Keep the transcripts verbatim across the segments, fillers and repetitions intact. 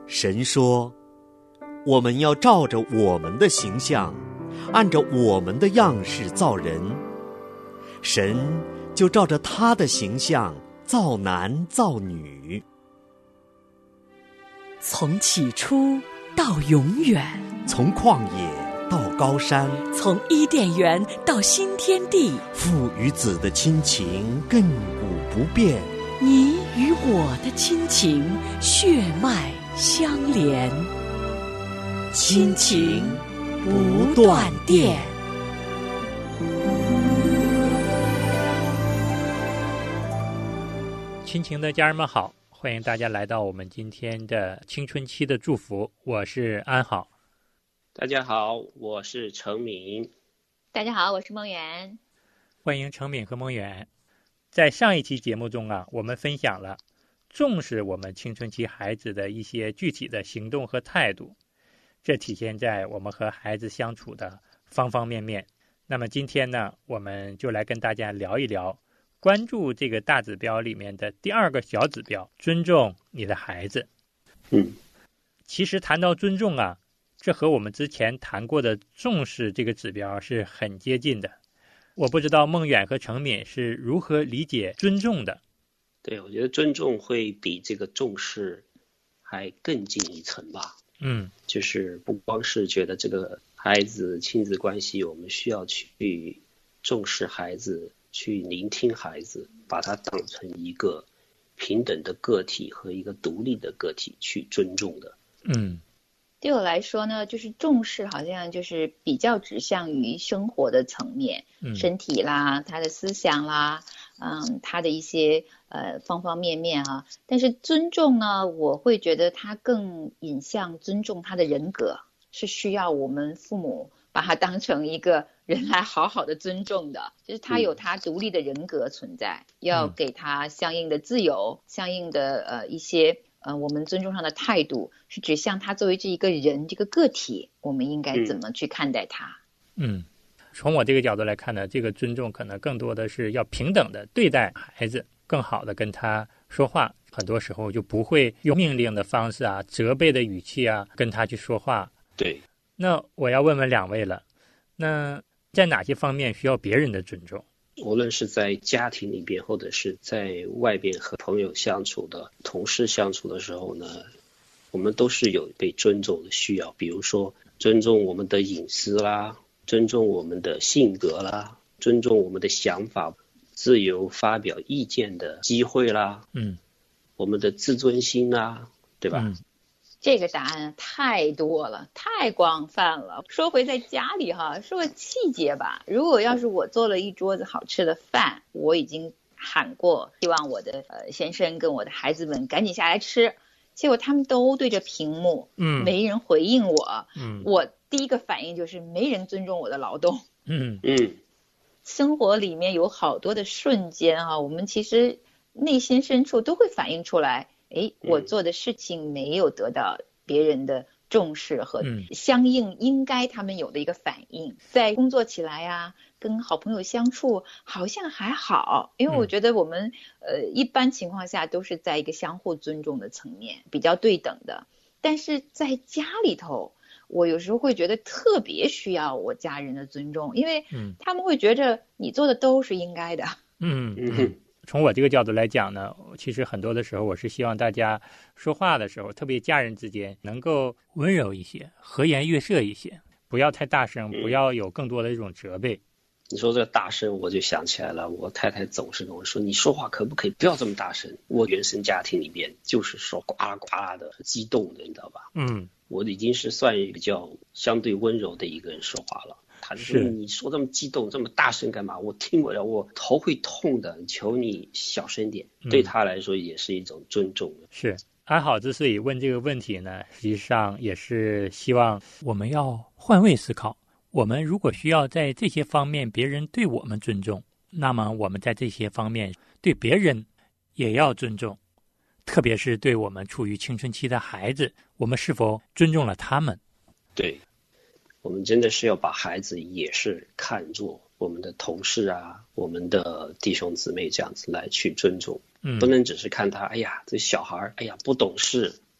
神说，我们要照着我们的形象，按照我们的样式造人。神就照着他的形象造男造女。 从起初到永远， 从旷野到高山， 从伊甸园到新天地， 父与子的亲情亘古不变， 你与我的亲情血脉相连，亲情不断电。 亲情的家人们好，欢迎大家来到我们今天的青春期的祝福，我是安好。 大家好，我是程敏。 大家好，我是孟远。 欢迎程敏和孟远。在上一期节目中啊，我们分享了重视我们青春期孩子的一些具体的行动和态度，这体现在我们和孩子相处的方方面面。那么今天呢，我们就来跟大家聊一聊关注这个大指标里面的第二个小指标，尊重你的孩子。 嗯， 其实谈到尊重啊，这和我们之前谈过的重视这个指标是很接近的。我不知道孟远和程敏是如何理解尊重的。 对，我觉得尊重会比这个重视还更进一层吧。 嗯， 就是不光是觉得这个孩子亲子关系，我们需要去重视孩子，去聆听孩子，把他当成一个平等的个体和一个独立的个体去尊重的。 嗯， 对我来说呢，就是重视好像就是比较指向于生活的层面， 嗯、 身体啦，他的思想啦，嗯，他的一些呃方方面面啊。但是尊重呢，我会觉得他更引向尊重他的人格，是需要我们父母把他当成一个人来好好的尊重的，就是他有他独立的人格存在，嗯、要给他相应的自由，相应的呃一些呃我们尊重上的态度，是指向他作为这一个人这个个体，我们应该怎么去看待他。 嗯，从我这个角度来看呢，这个尊重可能更多的是要平等的对待孩子，更好的跟他说话，很多时候就不会用命令的方式啊，责备的语气啊跟他去说话。 对， 那我要问问两位了，那在哪些方面需要别人的尊重？ 无论是在家庭里边，或者是在外边和朋友相处的、同事相处的时候呢，我们都是有被尊重的需要。比如说尊重我们的隐私啦，尊重我们的性格啦，尊重我们的想法，自由发表意见的机会啦， 嗯， 我们的自尊心啦，对吧？ 嗯， 这个答案太多了，太广泛了。说回在家里哈，说个细节吧。如果要是我做了一桌子好吃的饭，我已经喊过，希望我的呃先生跟我的孩子们赶紧下来吃，结果他们都对着屏幕， 嗯， 没人回应我， 嗯， 我第一个反应就是没人尊重我的劳动。 嗯嗯， 生活里面有好多的瞬间啊，我们其实内心深处都会反映出来。诶，我做的事情没有得到别人的重视和相应应该他们有的一个反应。在工作起来啊，跟好朋友相处好像还好，因为我觉得我们呃一般情况下都是在一个相互尊重的层面，比较对等的。但是在家里头，我有时候会觉得特别需要我家人的尊重，因为他们会觉得你做的都是应该的。 嗯嗯。从我这个角度来讲呢，其实很多的时候我是希望大家说话的时候，特别家人之间能够温柔一些，和颜悦色一些，不要太大声，不要有更多的这种责备。 你说这个大声，我就想起来了，我太太总是跟我说，你说话可不可以不要这么大声？我原生家庭里边就是说呱啦呱啦的，激动的，你知道吧？ 嗯， 我已经是算比较相对温柔的一个人说话了。他就说你说这么激动这么大声干嘛，我听不了，我头会痛的，求你小声点。嗯、对他来说也是一种尊重。 是安好之所以问这个问题呢，实际上也是希望我们要换位思考，我们如果需要在这些方面别人对我们尊重，那么我们在这些方面对别人也要尊重，特别是对我们处于青春期的孩子，我们是否尊重了他们？ 对，我们真的是要把孩子也是看作我们的同事啊，我们的弟兄姊妹这样子来去尊重，嗯，不能只是看他，哎呀，这小孩，哎呀，不懂事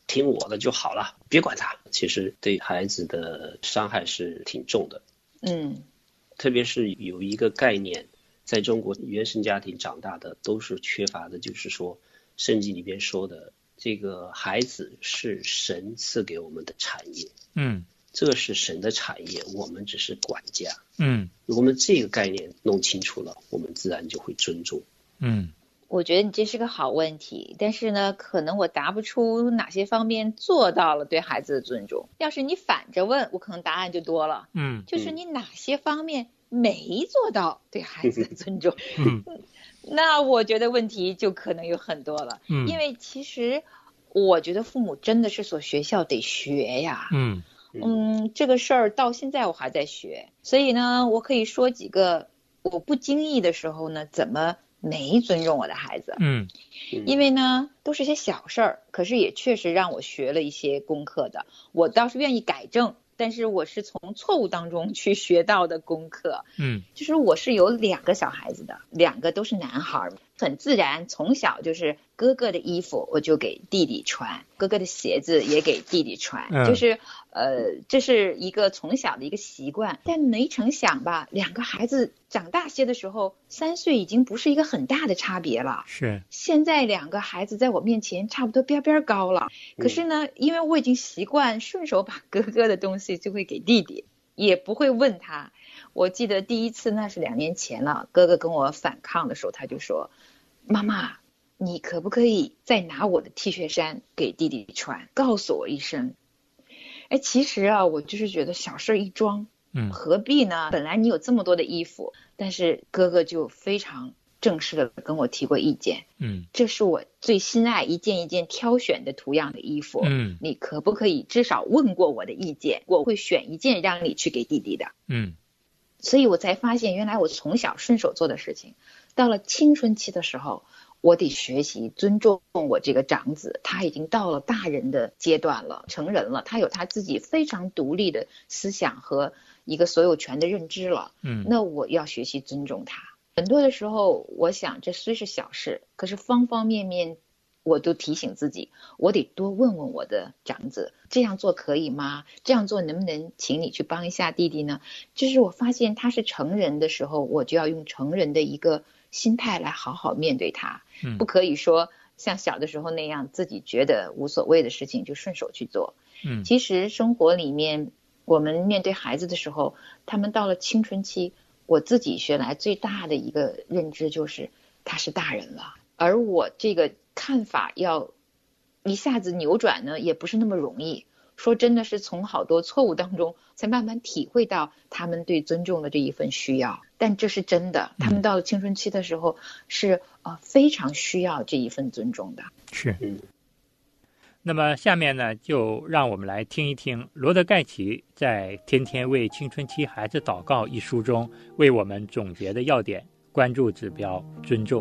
听我的就好了，别管他，其实对孩子的伤害是挺重的。 嗯， 特别是有一个概念，在中国原生家庭长大的都是缺乏的，就是说圣经里边说的这个孩子是神赐给我们的产业。 嗯， 这个是神的产业，我们只是管家。 嗯， 我们这个概念弄清楚了，我们自然就会尊重。 嗯， 我觉得你这是个好问题，但是呢，可能我答不出哪些方面做到了对孩子的尊重。要是你反着问，我可能答案就多了。 嗯， 就是你哪些方面没做到对孩子的尊重。 嗯， 那我觉得问题就可能有很多了。 嗯， 因为其实我觉得父母真的是所学校得学呀。 嗯嗯，这个事儿到现在我还在学，所以呢，我可以说几个我不经意的时候呢，怎么没尊重我的孩子。 嗯， 因为呢都是些小事儿，可是也确实让我学了一些功课的。我倒是愿意改正，但是我是从错误当中去学到的功课。 嗯， 就是我是有两个小孩子的，两个都是男孩，很自然从小就是哥哥的衣服我就给弟弟穿，哥哥的鞋子也给弟弟穿。 嗯， 就是呃这是一个从小的一个习惯。但没成想吧，两个孩子长大些的时候，三岁已经不是一个很大的差别了。 是， 现在两个孩子在我面前差不多边边高了。可是呢，因为我已经习惯顺手把哥哥的东西就会给弟弟，也不会问他。我记得第一次那是两年前了，哥哥跟我反抗的时候，他就说：妈妈，你可不可以再拿我的 T 恤衫给弟弟穿，告诉我一声。哎，其实啊，我就是觉得小事一桩， 嗯， 何必呢？本来你有这么多的衣服。但是哥哥就非常正式的跟我提过意见。 嗯， 这是我最心爱一件一件挑选的图样的衣服。 嗯， 你可不可以至少问过我的意见？我会选一件让你去给弟弟的。 嗯， 所以我才发现，原来我从小顺手做的事情，到了青春期的时候，我得学习尊重我这个长子。他已经到了大人的阶段了，成人了，他有他自己非常独立的思想和一个所有权的认知了。 嗯， 那我要学习尊重他。很多的时候，我想这虽是小事，可是方方面面我都提醒自己，我得多问问我的长子，这样做可以吗？这样做能不能请你去帮一下弟弟呢？就是我发现他是成人的时候，我就要用成人的一个心态来好好面对他。 嗯， 不可以说像小的时候那样，自己觉得无所谓的事情就顺手去做。 嗯， 其实生活里面，我们面对孩子的时候，他们到了青春期，我自己学来最大的一个认知就是他是大人了。而我这个看法要一下子扭转呢，也不是那么容易。说真的是从好多错误当中才慢慢体会到他们对尊重的这一份需要。但这是真的，他们到了青春期的时候是呃非常需要这一份尊重的。 是。那么下面呢，就让我们来听一听罗德盖奇在《天天为青春期孩子祷告》一书中为我们总结的要点：关注指标，尊重。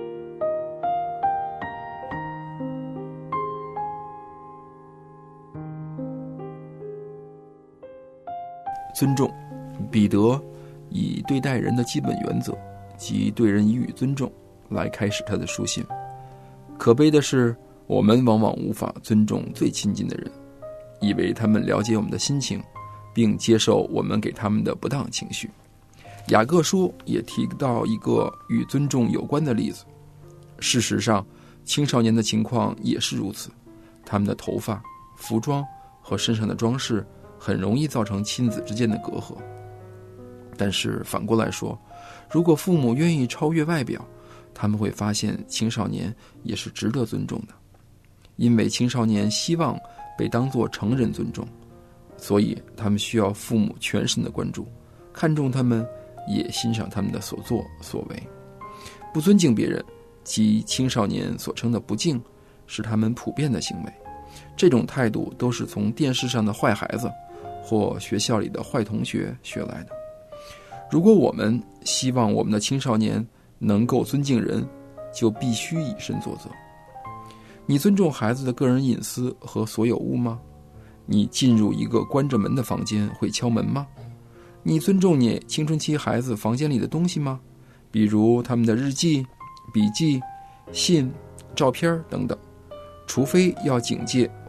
尊重，彼得以对待人的基本原则即对人予以尊重来开始他的书信。可悲的是，我们往往无法尊重最亲近的人，以为他们了解我们的心情，并接受我们给他们的不当情绪。雅各书也提到一个与尊重有关的例子。事实上，青少年的情况也是如此，他们的头发、服装和身上的装饰很容易造成亲子之间的隔阂。但是反过来说，如果父母愿意超越外表，他们会发现青少年也是值得尊重的。因为青少年希望被当作成人尊重，所以他们需要父母全神的关注，看重他们，也欣赏他们的所作所为。不尊敬别人，即青少年所称的不敬，是他们普遍的行为。这种态度都是从电视上的坏孩子或学校里的坏同学学来的。如果我们希望我们的青少年能够尊敬人，就必须以身作则。你尊重孩子的个人隐私和所有物吗？你进入一个关着门的房间会敲门吗？你尊重你青春期孩子房间里的东西吗？比如他们的日记、笔记、信、照片等等。除非要警戒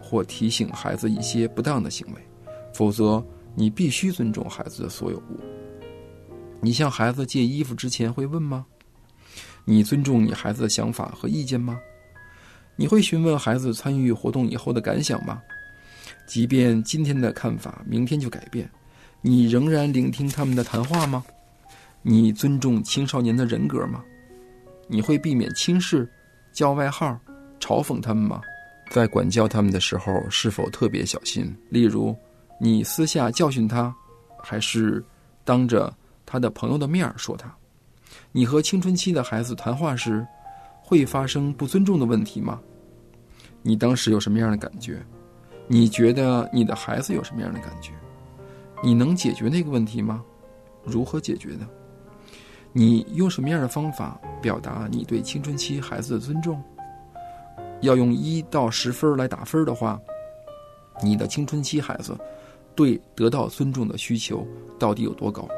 或提醒孩子一些不当的行为，否则你必须尊重孩子的所有物。你向孩子借衣服之前会问吗？你尊重你孩子的想法和意见吗？你会询问孩子参与活动以后的感想吗？即便今天的看法明天就改变，你仍然聆听他们的谈话吗？你尊重青少年的人格吗？你会避免轻视、叫外号、嘲讽他们吗？在管教他们的时候是否特别小心？例如你私下教训他，还是当着他的朋友的面说他？你和青春期的孩子谈话时会发生不尊重的问题吗？你当时有什么样的感觉？你觉得你的孩子有什么样的感觉？你能解决那个问题吗？如何解决呢？你用什么样的方法表达你对青春期孩子的尊重？要用一到十分来打分的话，你的青春期孩子对得到尊重的需求到底有多高？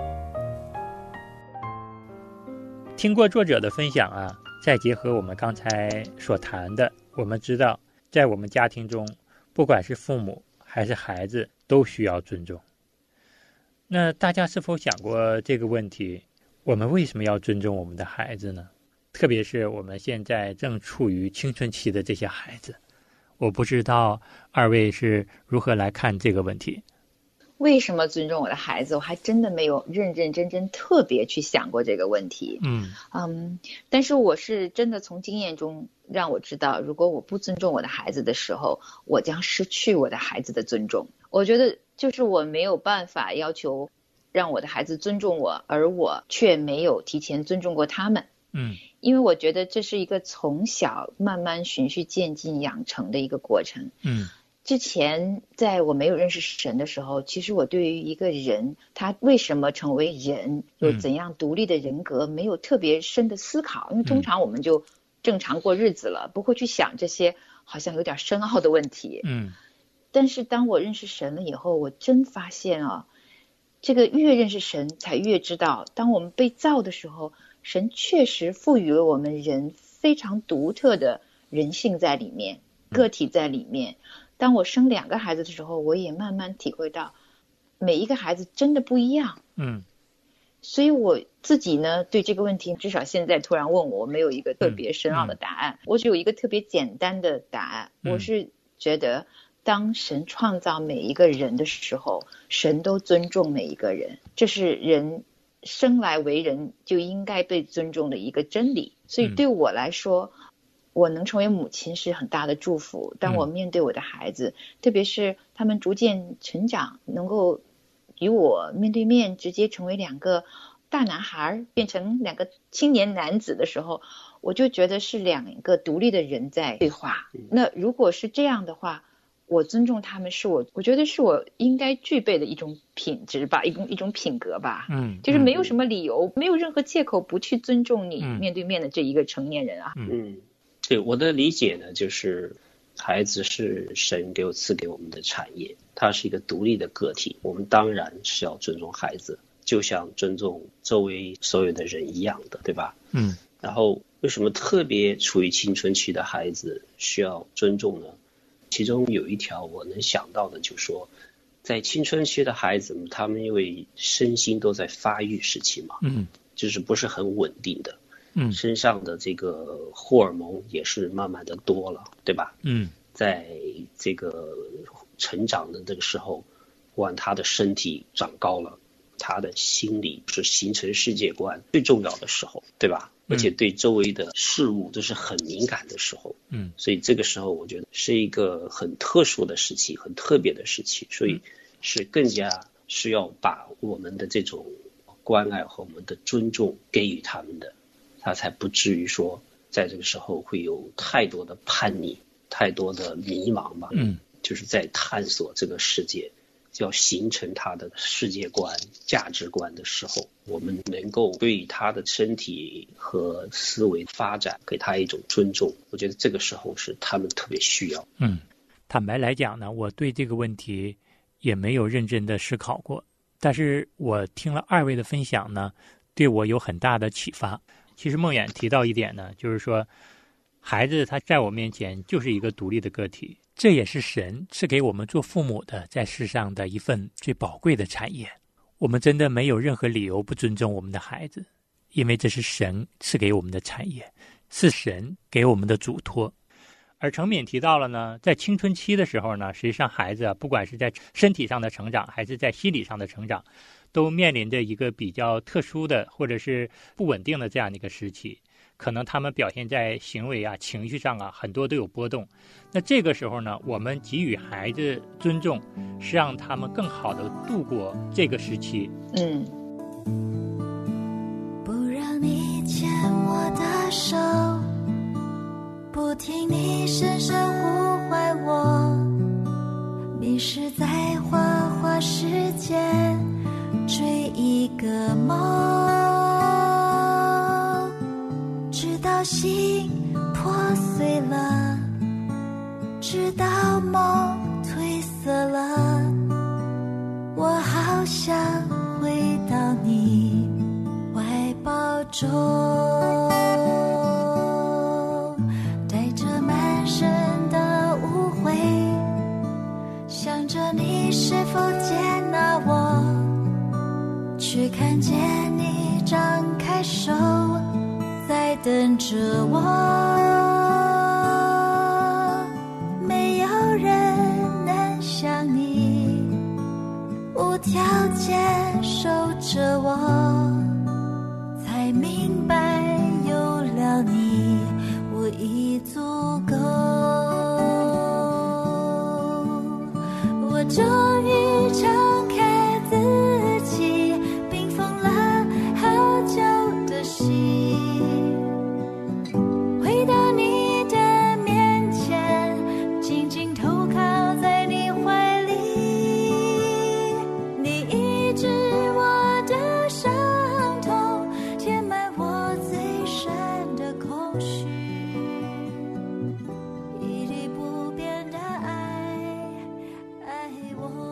听过作者的分享啊，再结合我们刚才所谈的，我们知道在我们家庭中，不管是父母还是孩子都需要尊重。那大家是否想过这个问题，我们为什么要尊重我们的孩子呢？特别是我们现在正处于青春期的这些孩子，我不知道二位是如何来看这个问题。 为什么尊重我的孩子？我还真的没有认认真真特别去想过这个问题。 嗯嗯，但是我是真的从经验中让我知道，如果我不尊重我的孩子的时候，我将失去我的孩子的尊重。我觉得就是我没有办法要求让我的孩子尊重我，而我却没有提前尊重过他们。 嗯， 因为我觉得这是一个从小慢慢循序渐进养成的一个过程。 嗯。 之前在我没有认识神的时候，其实我对于一个人他为什么成为人，有怎样独立的人格，没有特别深的思考，因为通常我们就正常过日子了，不会去想这些好像有点深奥的问题。 嗯， 但是当我认识神了以后，我真发现啊，这个越认识神才越知道，当我们被造的时候，神确实赋予了我们人非常独特的人性在里面，个体在里面。当我生两个孩子的时候，我也慢慢体会到每一个孩子真的不一样。 嗯， 所以我自己呢对这个问题，至少现在突然问我，我没有一个特别深奥的答案。嗯嗯、我只有一个特别简单的答案。嗯、我是觉得当神创造每一个人的时候，神都尊重每一个人，这是人生来为人就应该被尊重的一个真理。所以对我来说，嗯我能成为母亲是很大的祝福。当我面对我的孩子，嗯、特别是他们逐渐成长，能够与我面对面直接成为两个大男孩，变成两个青年男子的时候，我就觉得是两个独立的人在对话。那如果是这样的话，我尊重他们是我我觉得是我应该具备的一种品质吧，一种一种品格吧。 嗯， 就是没有什么理由，嗯、没有任何借口不去尊重你面对面的这一个成年人啊。 嗯。对，我的理解呢，就是孩子是神给我赐给我们的产业，他是一个独立的个体，我们当然是要尊重孩子，就像尊重周围所有的人一样的，对吧？ 嗯。 然后为什么特别处于青春期的孩子需要尊重呢？其中有一条我能想到的，就是说，在青春期的孩子们，他们因为身心都在发育时期嘛， 嗯， 就是不是很稳定的。 嗯， 身上的这个荷尔蒙也是慢慢的多了，对吧？ 嗯， 在这个成长的这个时候，不管他的身体长高了，他的心理是形成世界观最重要的时候，对吧？ 嗯、 而且对周围的事物都是很敏感的时候。 嗯， 所以这个时候我觉得是一个很特殊的时期，很特别的时期，所以是更加需要把我们的这种关爱和我们的尊重给予他们的。他才不至于说在这个时候会有太多的叛逆，太多的迷茫吧。 嗯， 就是在探索这个世界，要形成他的世界观、价值观的时候，我们能够对他的身体和思维发展给他一种尊重，我觉得这个时候是他们特别需要。 嗯，坦白来讲呢，我对这个问题也没有认真的思考过，但是我听了二位的分享呢，对我有很大的启发。其实梦远提到一点呢，就是说孩子他在我面前就是一个独立的个体， 这也是神赐给我们做父母的在世上的一份最宝贵的产业。我们真的没有任何理由不尊重我们的孩子，因为这是神赐给我们的产业，是神给我们的嘱托。而程敏提到了呢，在青春期的时候呢，实际上孩子啊，不管是在身体上的成长还是在心理上的成长，都面临着一个比较特殊的或者是不稳定的这样的一个时期，可能他们表现在行为啊、情绪上啊，很多都有波动。那这个时候呢，我们给予孩子尊重，是让他们更好的度过这个时期。 嗯， 不让你牵我的手，不听你深深呼唤我，迷失在花花世界，追一个梦，直到心破碎了，直到梦褪色了，我好想回到你怀抱中，带着满身的误会，想着你是否接纳我，却看见你张开手在等着我，没有人能像你无条件守着我，才明白有了你我已足够，我终于敞开自己，冰封了好久的心，回到你的面前，紧紧投靠在你怀里，你医治我的伤痛，填满我最深的空虚，屹立不变的爱爱我。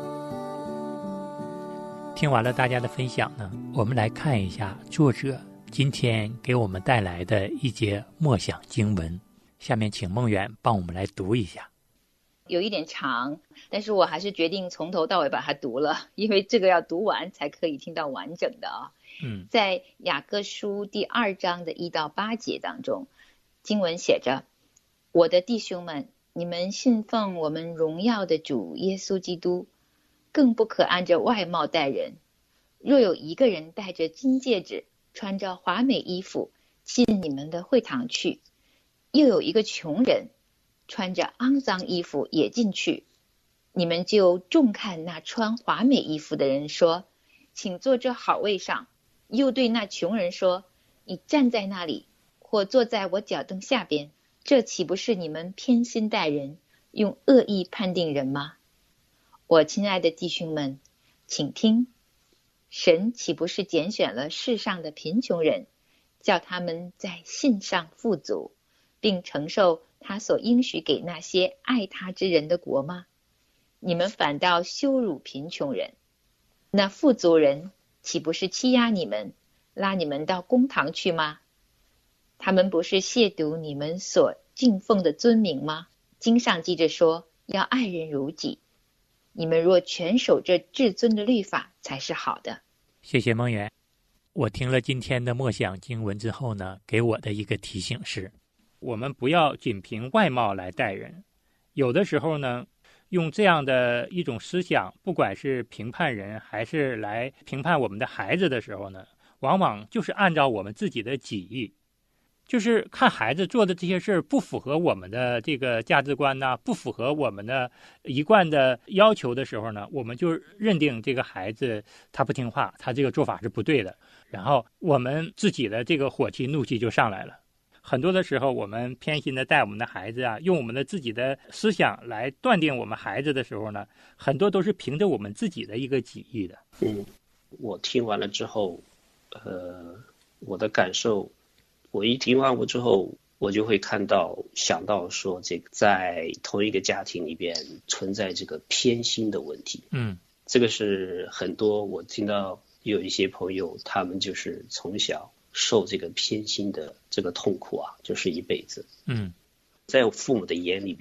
听完了大家的分享呢，我们来看一下作者今天给我们带来的一节默想经文。下面请梦远帮我们来读一下。 有一点长，但是我还是决定从头到尾把它读了，因为这个要读完才可以听到完整的啊。 嗯， 在雅各书第二章的一到八节当中，经文写着：我的弟兄们，你们信奉我们荣耀的主耶稣基督，更不可按着外貌待人。若有一个人戴着金戒指，穿着华美衣服进你们的会堂去，又有一个穷人穿着肮脏衣服也进去，你们就重看那穿华美衣服的人，说请坐这好位上，又对那穷人说你站在那里，或坐在我脚凳下边，这岂不是你们偏心待人，用恶意判定人吗？我亲爱的弟兄们，请听，神岂不是拣选了世上的贫穷人，叫他们在信上富足，并承受他所应许给那些爱他之人的国吗？你们反倒羞辱贫穷人，那富足人岂不是欺压你们，拉你们到公堂去吗？他们不是亵渎你们所敬奉的尊名吗？经上记着说，要爱人如己。你们若全守这至尊的律法，才是好的。 谢谢梦远。我听了今天的默想经文之后呢，给我的一个提醒是，我们不要仅凭外貌来待人。有的时候呢，用这样的一种思想，不管是评判人还是来评判我们的孩子的时候呢，往往就是按照我们自己的己意，就是看孩子做的这些事儿不符合我们的这个价值观呐、啊，不符合我们的一贯的要求的时候呢，我们就认定这个孩子他不听话，他这个做法是不对的，然后我们自己的这个火气怒气就上来了。很多的时候我们偏心的带我们的孩子啊，用我们的自己的思想来断定我们孩子的时候呢，很多都是凭着我们自己的一个己意的。 嗯，我听完了之后，呃，我的感受，我一听完过之后，我就会看到想到说，这个在同一个家庭里边存在这个偏心的问题。 嗯， 这个是很多我听到有一些朋友，他们就是从小受这个偏心的这个痛苦啊，就是一辈子。 嗯， 在父母的眼里边，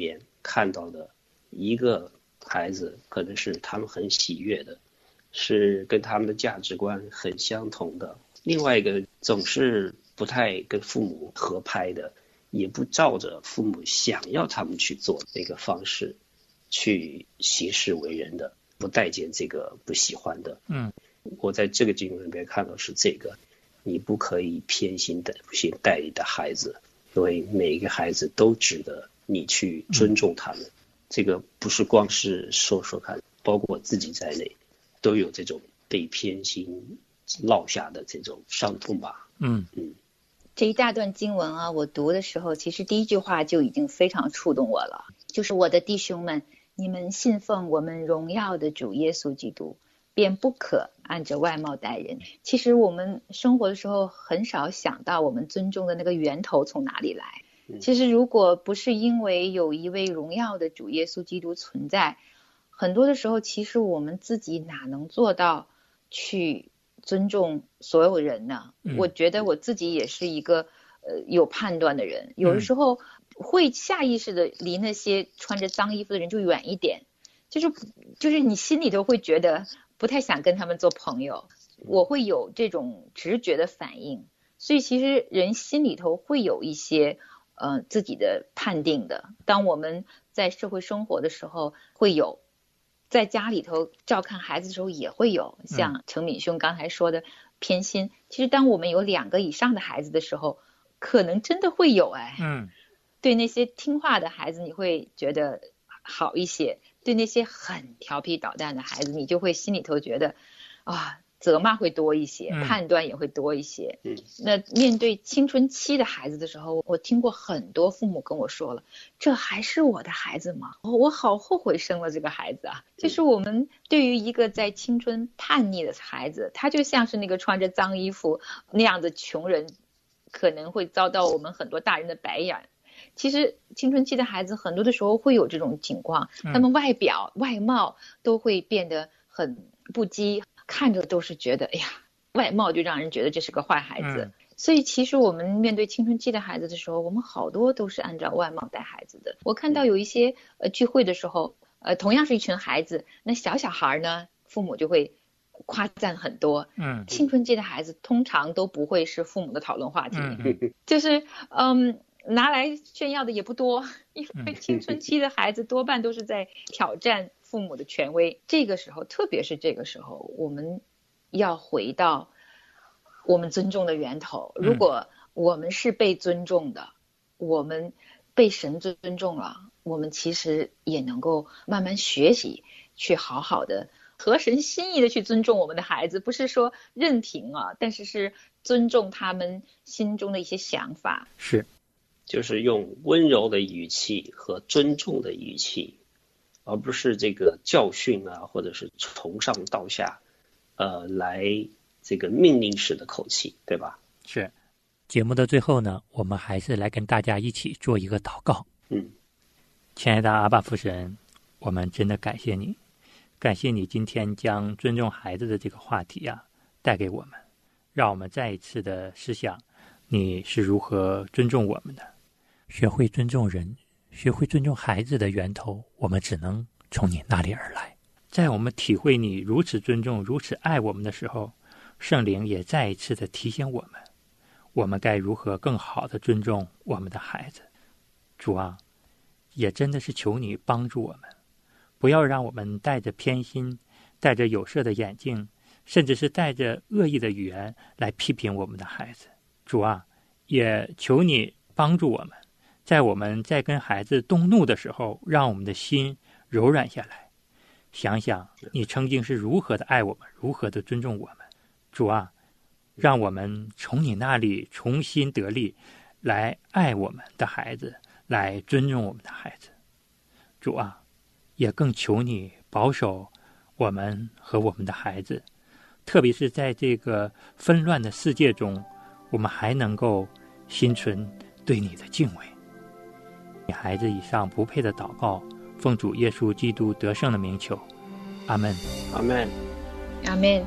看到的一个孩子可能是他们很喜悦的，是跟他们的价值观很相同的，另外一个总是不太跟父母合拍的，也不照着父母想要他们去做那个方式去行事为人的，不待见这个不喜欢的。 嗯， 我在这个经文里面看到是这个，你不可以偏心的不行待你的孩子，因为每一个孩子都值得你去尊重他们。嗯，这个不是光是说说看，包括我自己在内都有这种被偏心落下的这种伤痛吧。 嗯嗯， 这一大段经文啊，我读的时候，其实第一句话就已经非常触动我了，就是我的弟兄们，你们信奉我们荣耀的主耶稣基督，便不可按着外貌待人。其实我们生活的时候很少想到我们尊重的那个源头从哪里来。其实如果不是因为有一位荣耀的主耶稣基督存在，很多的时候其实我们自己哪能做到去尊重所有人呢？嗯，我觉得我自己也是一个呃有判断的人，有的时候会下意识的离那些穿着脏衣服的人就远一点，就是就是你心里头会觉得不太想跟他们做朋友，我会有这种直觉的反应。所以其实人心里头会有一些呃自己的判定的。当我们在社会生活的时候会有，在家里头照看孩子的时候也会有，像程敏兄刚才说的偏心，其实当我们有两个以上的孩子的时候，可能真的会有。哎，嗯，对那些听话的孩子你会觉得好一些，对那些很调皮捣蛋的孩子你就会心里头觉得啊，责骂会多一些，判断也会多一些。嗯，那面对青春期的孩子的时候，我听过很多父母跟我说了，这还是我的孩子吗？我好后悔生了这个孩子啊。就是我们对于一个在青春叛逆的孩子，他就像是那个穿着脏衣服那样的穷人，可能会遭到我们很多大人的白眼。其实青春期的孩子很多的时候会有这种情况，他们外表外貌都会变得很不羁，看着都是觉得哎呀，外貌就让人觉得这是个坏孩子。嗯，所以其实我们面对青春期的孩子的时候，我们好多都是按照外貌带孩子的。我看到有一些呃聚会的时候，呃同样是一群孩子，那小小孩呢，父母就会夸赞很多。嗯，青春期的孩子通常都不会是父母的讨论话题。嗯，就是嗯拿来炫耀的也不多，因为青春期的孩子多半都是在挑战父母的权威。这个时候，特别是这个时候，我们要回到我们尊重的源头。如果我们是被尊重的，我们被神尊重了，我们其实也能够慢慢学习，去好好的合神心意的去尊重我们的孩子，不是说任凭啊，但是是尊重他们心中的一些想法。 是， 就是用温柔的语气和尊重的语气，而不是这个教训啊，或者是从上到下呃，来这个命令式的口气，对吧？ 是。节目的最后呢，我们还是来跟大家一起做一个祷告。 嗯， 亲爱的阿爸父神，我们真的感谢你，感谢你今天将尊重孩子的这个话题啊带给我们，让我们再一次的思想你是如何尊重我们的。学会尊重人，学会尊重孩子的源头，我们只能从你那里而来。在我们体会你如此尊重如此爱我们的时候，圣灵也再一次的提醒我们，我们该如何更好的尊重我们的孩子。主啊，也真的是求你帮助我们，不要让我们带着偏心，带着有色的眼镜，甚至是带着恶意的语言来批评我们的孩子。主啊，也求你帮助我们，在我们在跟孩子动怒的时候，让我们的心柔软下来，想想你曾经是如何的爱我们，如何的尊重我们。主啊，让我们从你那里重新得力，来爱我们的孩子，来尊重我们的孩子。主啊，也更求你保守我们和我们的孩子，特别是在这个纷乱的世界中，我们还能够心存对你的敬畏。你孩子以上不配的祷告，奉主耶稣基督得胜的名求，阿们， 阿们， 阿们。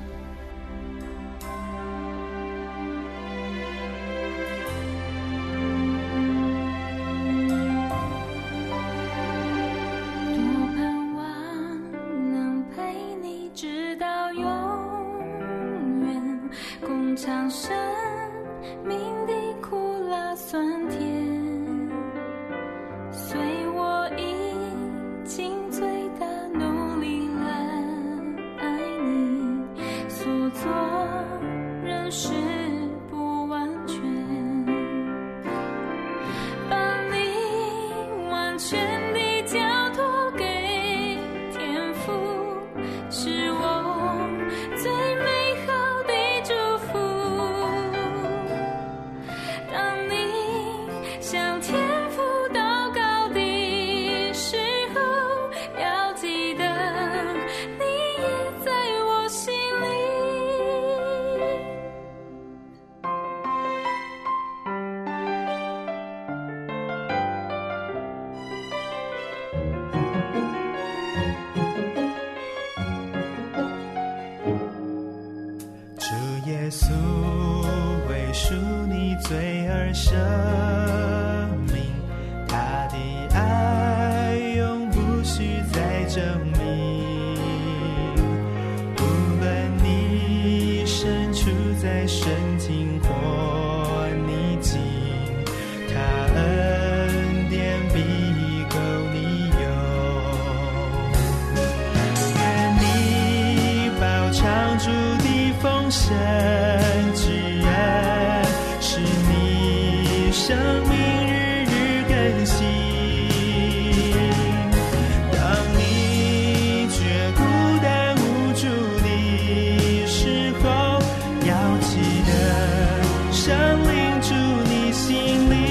尝生命的苦辣酸甜，虽我已尽最大努力来爱你，所做仍是不完全，把你完全地交托给天父，是我最美好的祝福。当你向天父祷告的时候，要记得你也在我心里。 主耶稣为赎你罪而生命，他的爱永不需再证明。无论你身处在顺境或逆境，他恩典必够你用。愿你饱尝主的丰盛之恩，使你生命日日更新。当你觉孤单无助的时候，要记得圣灵住你心里。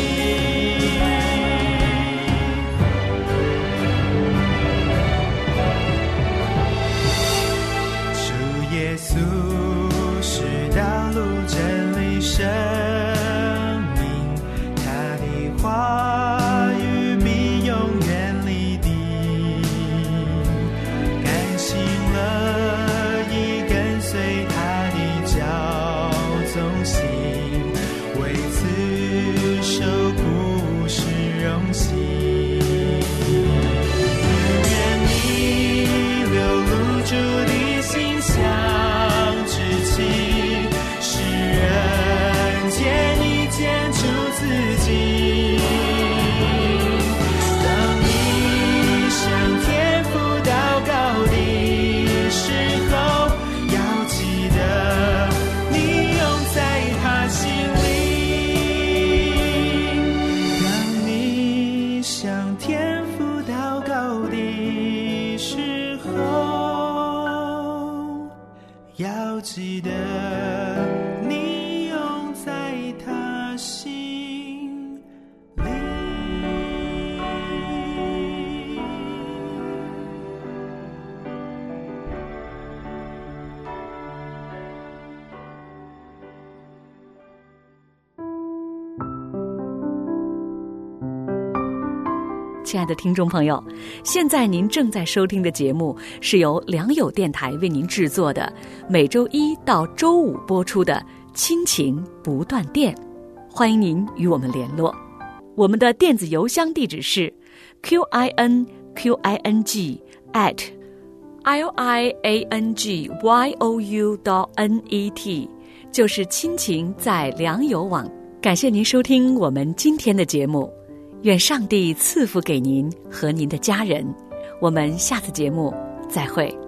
主耶稣是道路真理生命，他的话语必永远立定。甘心乐意跟随他的教宗行，为此受苦是荣幸。愿你流露主的馨香之气，使人见你见出自己。当你向天父祷告的时候，要记得你永在他心里。当你向天父祷告的时候，要记得你永在他心里。 亲爱的听众朋友，现在您正在收听的节目是由良友电台为您制作的，每周一到周五播出的亲情不断电，欢迎您与我们联络。我们的电子邮箱地址是 q i n q i n g at l i a n g y o u dot n e t， 就是亲情在良友网。感谢您收听我们今天的节目，愿上帝赐福给您和您的家人。我们下次节目再会。